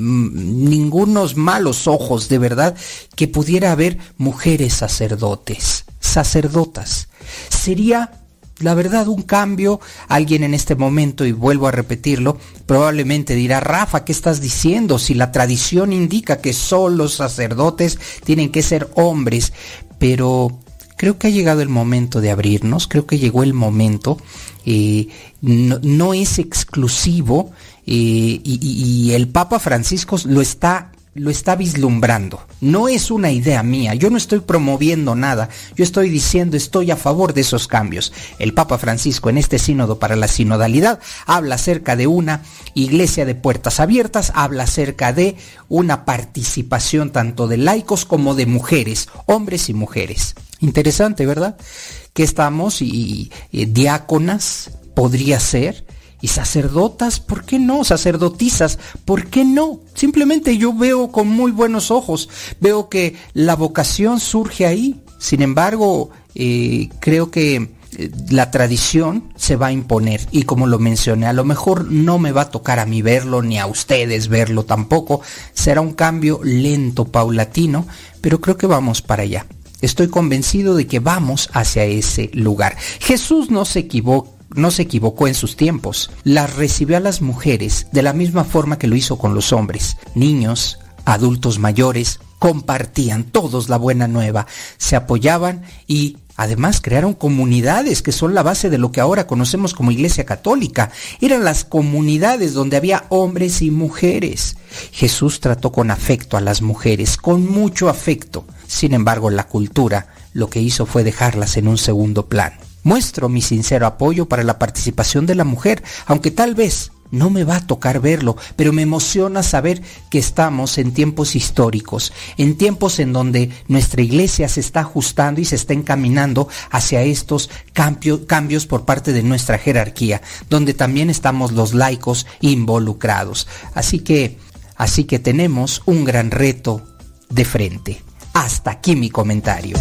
ningunos malos ojos de verdad que pudiera haber mujeres sacerdotes, sacerdotas. Sería, la verdad, un cambio. Alguien en este momento, y vuelvo a repetirlo, probablemente dirá: Rafa, ¿qué estás diciendo? Si la tradición indica que solo los sacerdotes tienen que ser hombres. Pero creo que ha llegado el momento de abrirnos, creo que llegó el momento, eh, no, no es exclusivo, eh, y, y, y el Papa Francisco lo está lo está vislumbrando. No es una idea mía, yo no estoy promoviendo nada, yo estoy diciendo, estoy a favor de esos cambios. El Papa Francisco en este sínodo para la sinodalidad habla acerca de una iglesia de puertas abiertas, habla acerca de una participación tanto de laicos como de mujeres, hombres y mujeres. Interesante, ¿verdad? Que estamos y, y, y diáconas, podría ser, y sacerdotas, ¿por qué no? Sacerdotisas, ¿por qué no? Simplemente yo veo con muy buenos ojos, veo que la vocación surge ahí. Sin embargo, eh, creo que eh, la tradición se va a imponer y como lo mencioné, a lo mejor no me va a tocar a mí verlo, ni a ustedes verlo tampoco. Será un cambio lento, paulatino, pero creo que vamos para allá. Estoy convencido de que vamos hacia ese lugar. Jesús no se equivocó. No se equivocó en sus tiempos. Las recibió a las mujeres de la misma forma que lo hizo con los hombres. Niños, adultos mayores, compartían todos la buena nueva, se apoyaban y además crearon comunidades que son la base de lo que ahora conocemos como Iglesia Católica. Eran las comunidades donde había hombres y mujeres. Jesús trató con afecto a las mujeres, con mucho afecto. Sin embargo, la cultura lo que hizo fue dejarlas en un segundo plano. Muestro mi sincero apoyo para la participación de la mujer, aunque tal vez no me va a tocar verlo, pero me emociona saber que estamos en tiempos históricos, en tiempos en donde nuestra iglesia se está ajustando y se está encaminando hacia estos cambio, cambios por parte de nuestra jerarquía, donde también estamos los laicos involucrados. Así que, así que tenemos un gran reto de frente. Hasta aquí mi comentario.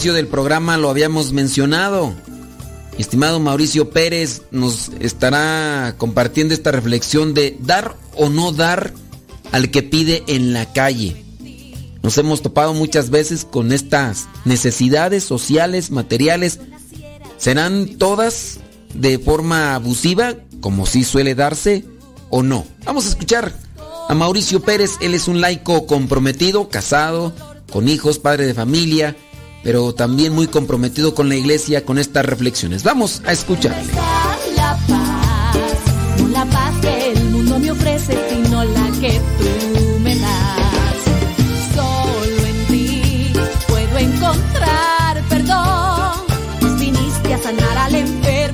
inicio del programa lo habíamos mencionado. Estimado Mauricio Pérez nos estará compartiendo esta reflexión de dar o no dar al que pide en la calle. Nos hemos topado muchas veces con estas necesidades sociales, materiales. ¿Serán todas de forma abusiva, como sí suele darse, o no? Vamos a escuchar a Mauricio Pérez. Él es un laico comprometido, casado, con hijos, padre de familia, pero también muy comprometido con la iglesia, con estas reflexiones. Vamos a escucharle. La paz, no la paz que el mundo me ofrece, sino la que tú me das. Solo en ti puedo encontrar perdón, pues viniste a sanar al enfermo.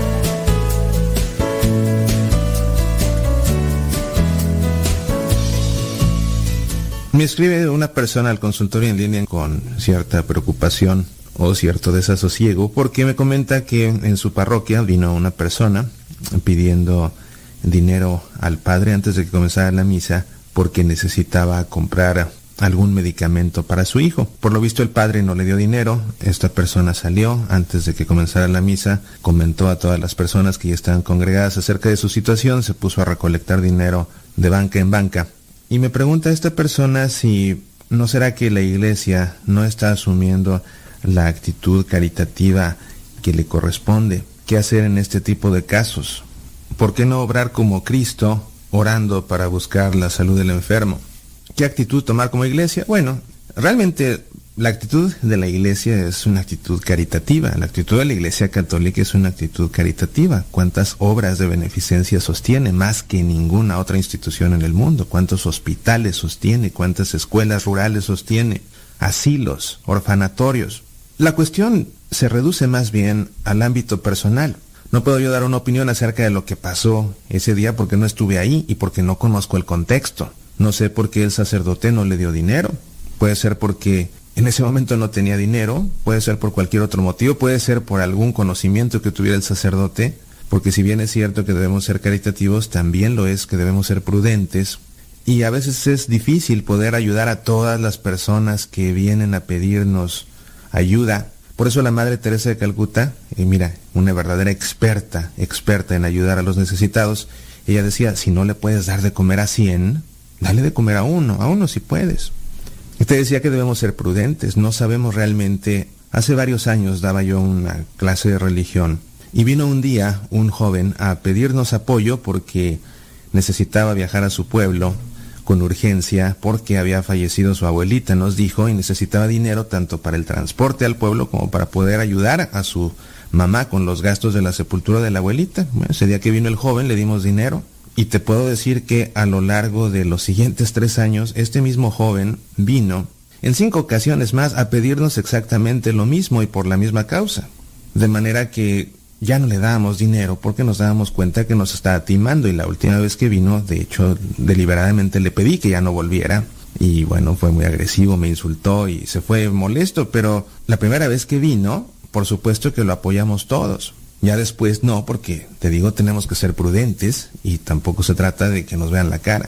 Me escribe una persona al consultorio en línea con cierta preocupación o cierto desasosiego porque me comenta que en su parroquia vino una persona pidiendo dinero al padre antes de que comenzara la misa porque necesitaba comprar algún medicamento para su hijo. Por lo visto el padre no le dio dinero. Esta persona salió antes de que comenzara la misa, comentó a todas las personas que ya estaban congregadas acerca de su situación, se puso a recolectar dinero de banca en banca. Y me pregunta esta persona si no será que la iglesia no está asumiendo la actitud caritativa que le corresponde. ¿Qué hacer en este tipo de casos? ¿Por qué no obrar como Cristo, orando para buscar la salud del enfermo? ¿Qué actitud tomar como iglesia? Bueno, realmente la actitud de la iglesia es una actitud caritativa. La actitud de la iglesia católica es una actitud caritativa. ¿Cuántas obras de beneficencia sostiene? Más que ninguna otra institución en el mundo. ¿Cuántos hospitales sostiene? ¿Cuántas escuelas rurales sostiene? Asilos, orfanatorios. La cuestión se reduce más bien al ámbito personal. No puedo yo dar una opinión acerca de lo que pasó ese día porque no estuve ahí y porque no conozco el contexto. No sé por qué el sacerdote no le dio dinero. Puede ser porque en ese momento no tenía dinero, puede ser por cualquier otro motivo, puede ser por algún conocimiento que tuviera el sacerdote, porque si bien es cierto que debemos ser caritativos, también lo es que debemos ser prudentes, y a veces es difícil poder ayudar a todas las personas que vienen a pedirnos ayuda. Por eso la Madre Teresa de Calcuta, y mira, una verdadera experta, experta en ayudar a los necesitados, ella decía, si no le puedes dar de comer a cien, dale de comer a uno, a uno si puedes. Usted decía que debemos ser prudentes, no sabemos realmente. Hace varios años daba yo una clase de religión y vino un día un joven a pedirnos apoyo porque necesitaba viajar a su pueblo con urgencia porque había fallecido su abuelita, nos dijo, y necesitaba dinero tanto para el transporte al pueblo como para poder ayudar a su mamá con los gastos de la sepultura de la abuelita. Bueno, ese día que vino el joven le dimos dinero. Y te puedo decir que a lo largo de los siguientes tres años, este mismo joven vino en cinco ocasiones más a pedirnos exactamente lo mismo y por la misma causa. De manera que ya no le dábamos dinero porque nos dábamos cuenta que nos estaba timando. Y la última vez que vino, de hecho, deliberadamente le pedí que ya no volviera. Y bueno, fue muy agresivo, me insultó y se fue molesto. Pero la primera vez que vino, por supuesto que lo apoyamos todos. Ya después no, porque te digo, tenemos que ser prudentes y tampoco se trata de que nos vean la cara.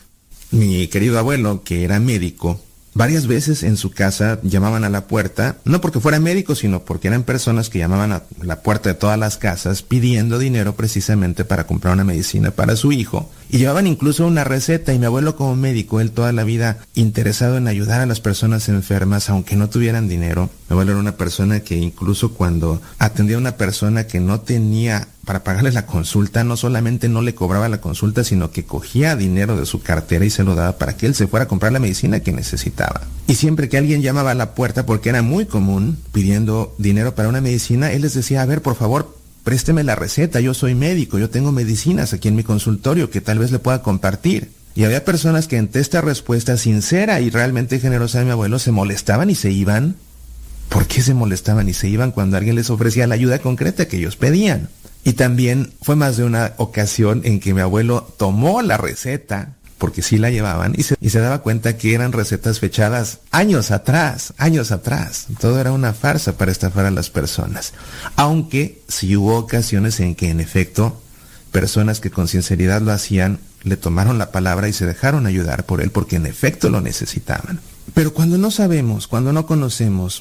Mi querido abuelo, que era médico, varias veces en su casa llamaban a la puerta, no porque fuera médico, sino porque eran personas que llamaban a la puerta de todas las casas pidiendo dinero precisamente para comprar una medicina para su hijo. Y llevaban incluso una receta, y mi abuelo como médico, él toda la vida interesado en ayudar a las personas enfermas, aunque no tuvieran dinero. Mi abuelo era una persona que incluso cuando atendía a una persona que no tenía para pagarle la consulta, no solamente no le cobraba la consulta, sino que cogía dinero de su cartera y se lo daba para que él se fuera a comprar la medicina que necesitaba. Y siempre que alguien llamaba a la puerta, porque era muy común, pidiendo dinero para una medicina, él les decía, a ver, por favor, présteme la receta, yo soy médico, yo tengo medicinas aquí en mi consultorio que tal vez le pueda compartir. Y había personas que ante esta respuesta sincera y realmente generosa de mi abuelo se molestaban y se iban. ¿Por qué se molestaban y se iban cuando alguien les ofrecía la ayuda concreta que ellos pedían? Y también fue más de una ocasión en que mi abuelo tomó la receta, porque sí la llevaban, y se, y se daba cuenta que eran recetas fechadas años atrás, años atrás. Todo era una farsa para estafar a las personas. Aunque sí hubo ocasiones en que en efecto personas que con sinceridad lo hacían, le tomaron la palabra y se dejaron ayudar por él porque en efecto lo necesitaban. Pero cuando no sabemos, cuando no conocemos,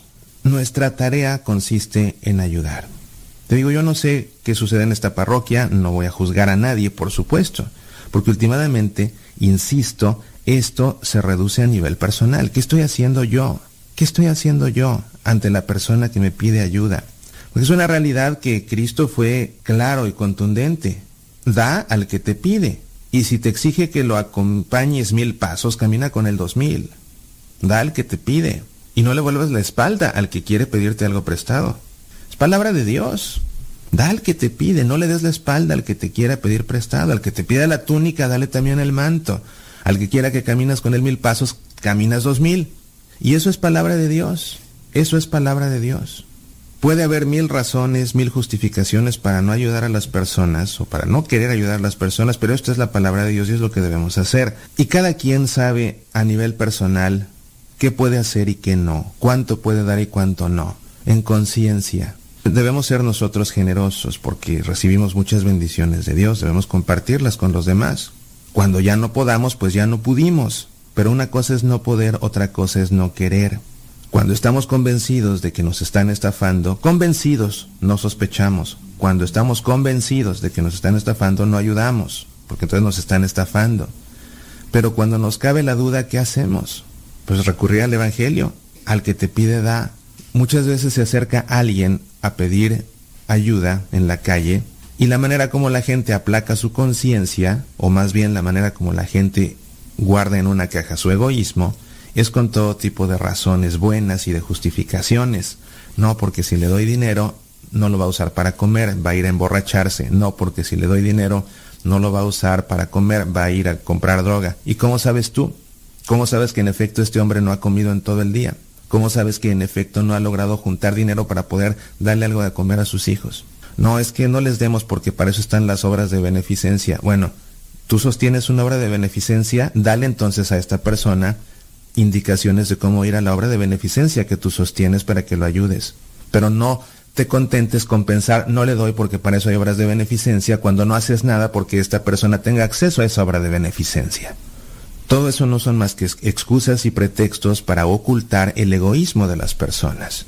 nuestra tarea consiste en ayudar. Te digo, yo no sé qué sucede en esta parroquia, no voy a juzgar a nadie, por supuesto, porque últimamente, insisto, esto se reduce a nivel personal. ¿Qué estoy haciendo yo? ¿Qué estoy haciendo yo ante la persona que me pide ayuda? Porque es una realidad que Cristo fue claro y contundente. Da al que te pide. Y si te exige que lo acompañes mil pasos, camina con el dos mil. Da al que te pide. Y no le vuelvas la espalda al que quiere pedirte algo prestado. Es palabra de Dios. Da al que te pide, no le des la espalda al que te quiera pedir prestado. Al que te pida la túnica, dale también el manto. Al que quiera que caminas con él mil pasos, caminas dos mil. Y eso es palabra de Dios. Eso es palabra de Dios. Puede haber mil razones, mil justificaciones para no ayudar a las personas o para no querer ayudar a las personas, pero esto es la palabra de Dios y es lo que debemos hacer. Y cada quien sabe a nivel personal qué puede hacer y qué no, cuánto puede dar y cuánto no, en conciencia. Debemos ser nosotros generosos porque recibimos muchas bendiciones de Dios, debemos compartirlas con los demás. Cuando ya no podamos, pues ya no pudimos, pero una cosa es no poder, otra cosa es no querer. Cuando estamos convencidos de que nos están estafando, convencidos, no sospechamos. Cuando estamos convencidos de que nos están estafando, no ayudamos, porque entonces nos están estafando. Pero cuando nos cabe la duda, ¿qué hacemos? Pues recurrir al Evangelio. Al que te pide, da. Muchas veces se acerca alguien a pedir ayuda en la calle, y la manera como la gente aplaca su conciencia, o más bien la manera como la gente guarda en una caja su egoísmo, es con todo tipo de razones buenas y de justificaciones. No, porque si le doy dinero, no lo va a usar para comer, va a ir a emborracharse. No, porque si le doy dinero, no lo va a usar para comer, va a ir a comprar droga. ¿Y cómo sabes tú? ¿Cómo sabes que en efecto este hombre no ha comido en todo el día? ¿Cómo sabes que en efecto no ha logrado juntar dinero para poder darle algo de comer a sus hijos? No, es que no les demos porque para eso están las obras de beneficencia. Bueno, tú sostienes una obra de beneficencia, dale entonces a esta persona indicaciones de cómo ir a la obra de beneficencia que tú sostienes para que lo ayudes. Pero no te contentes con pensar, no le doy porque para eso hay obras de beneficencia, cuando no haces nada porque esta persona tenga acceso a esa obra de beneficencia. Todo eso no son más que excusas y pretextos para ocultar el egoísmo de las personas.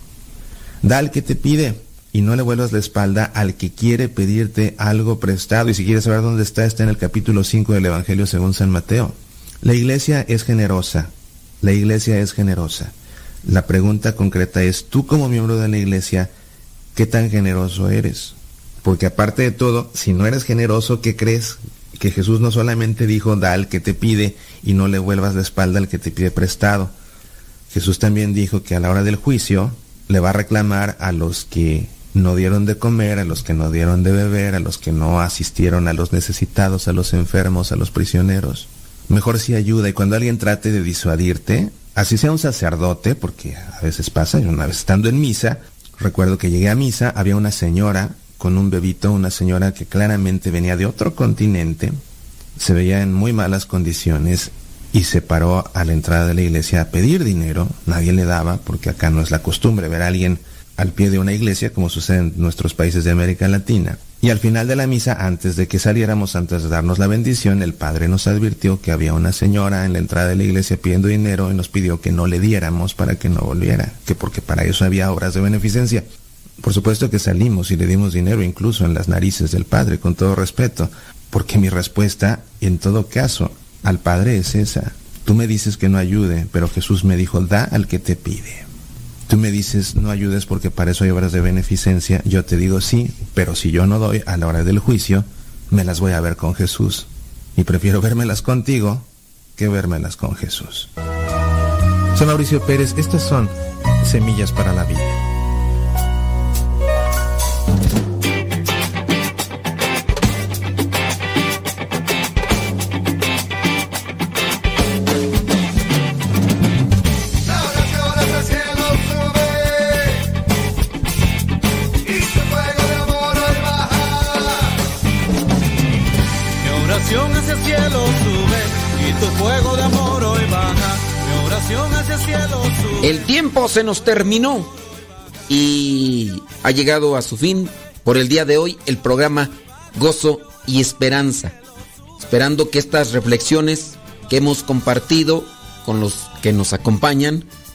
Da al que te pide y no le vuelvas la espalda al que quiere pedirte algo prestado. Y si quieres saber dónde está, está en el capítulo cinco del Evangelio según San Mateo. La iglesia es generosa. La iglesia es generosa. La pregunta concreta es, tú como miembro de la iglesia, ¿qué tan generoso eres? Porque aparte de todo, si no eres generoso, ¿qué crees? Que Jesús no solamente dijo, da al que te pide y no le vuelvas la espalda al que te pide prestado. Jesús también dijo que a la hora del juicio le va a reclamar a los que no dieron de comer, a los que no dieron de beber, a los que no asistieron a los necesitados, a los enfermos, a los prisioneros. Mejor si ayuda, y cuando alguien trate de disuadirte, así sea un sacerdote, porque a veces pasa, yo una vez estando en misa, recuerdo que llegué a misa, había una señora con un bebito, una señora que claramente venía de otro continente, se veía en muy malas condiciones, y se paró a la entrada de la iglesia a pedir dinero. Nadie le daba, porque acá no es la costumbre ver a alguien al pie de una iglesia, como sucede en nuestros países de América Latina. Y al final de la misa, antes de que saliéramos, antes de darnos la bendición, el padre nos advirtió que había una señora en la entrada de la iglesia pidiendo dinero y nos pidió que no le diéramos para que no volviera, que porque para eso había obras de beneficencia. Por supuesto que salimos y le dimos dinero incluso en las narices del padre, con todo respeto, porque mi respuesta, en todo caso, al padre es esa. Tú me dices que no ayude, pero Jesús me dijo, da al que te pide. Tú me dices, no ayudes porque para eso hay obras de beneficencia. Yo te digo sí, pero si yo no doy a la hora del juicio, me las voy a ver con Jesús. Y prefiero vérmelas contigo que vérmelas con Jesús. Soy Mauricio Pérez, estas son Semillas para la Vida. Hacia el cielo sube y tu fuego de amor hoy baja. Mi oración hacia el cielo sube. El tiempo se nos terminó y ha llegado a su fin por el día de hoy el programa Gozo y Esperanza. Esperando que estas reflexiones que hemos compartido con los que nos acompañan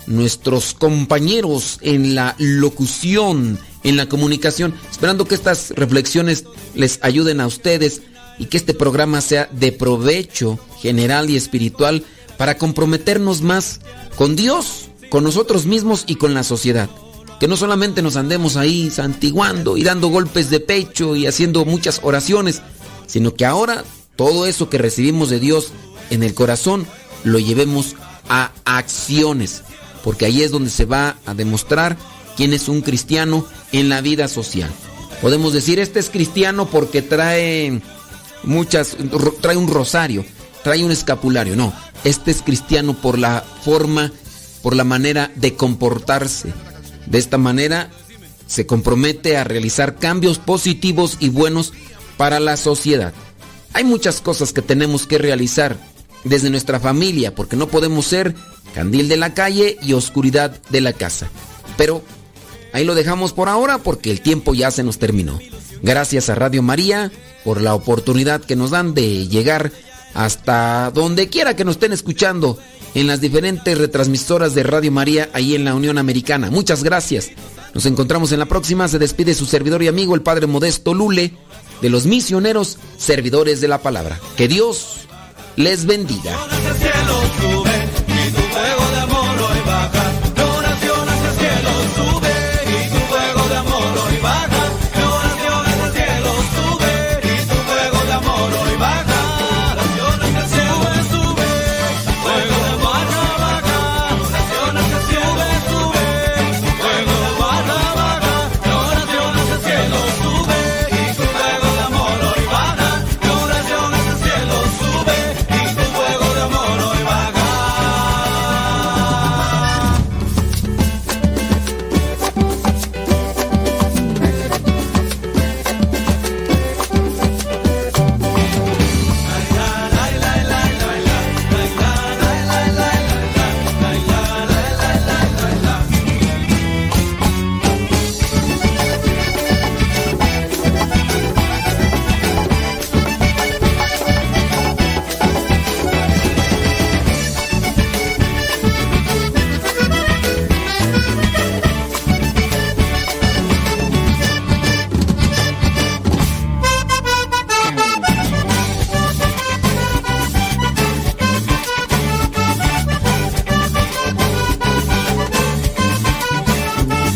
nuestros compañeros en la locución, en la comunicación, esperando que estas reflexiones les ayuden a ustedes y que este programa sea de provecho general y espiritual para comprometernos más con Dios, con nosotros mismos y con la sociedad. Que no solamente nos andemos ahí santiguando y dando golpes de pecho y haciendo muchas oraciones, sino que ahora todo eso que recibimos de Dios en el corazón lo llevemos a acciones, porque ahí es donde se va a demostrar quién es un cristiano en la vida social. Podemos decir, este es cristiano porque trae muchas, trae un rosario, trae un escapulario. No, este es cristiano por la forma, por la manera de comportarse. De esta manera se compromete a realizar cambios positivos y buenos para la sociedad. Hay muchas cosas que tenemos que realizar desde nuestra familia, porque no podemos ser candil de la calle y oscuridad de la casa. Pero ahí lo dejamos por ahora porque el tiempo ya se nos terminó. Gracias a Radio María por la oportunidad que nos dan de llegar hasta donde quiera que nos estén escuchando en las diferentes retransmisoras de Radio María ahí en la Unión Americana. Muchas gracias. Nos encontramos en la próxima. Se despide su servidor y amigo, el Padre Modesto Lule, de los misioneros servidores de la palabra. Que Dios les bendiga.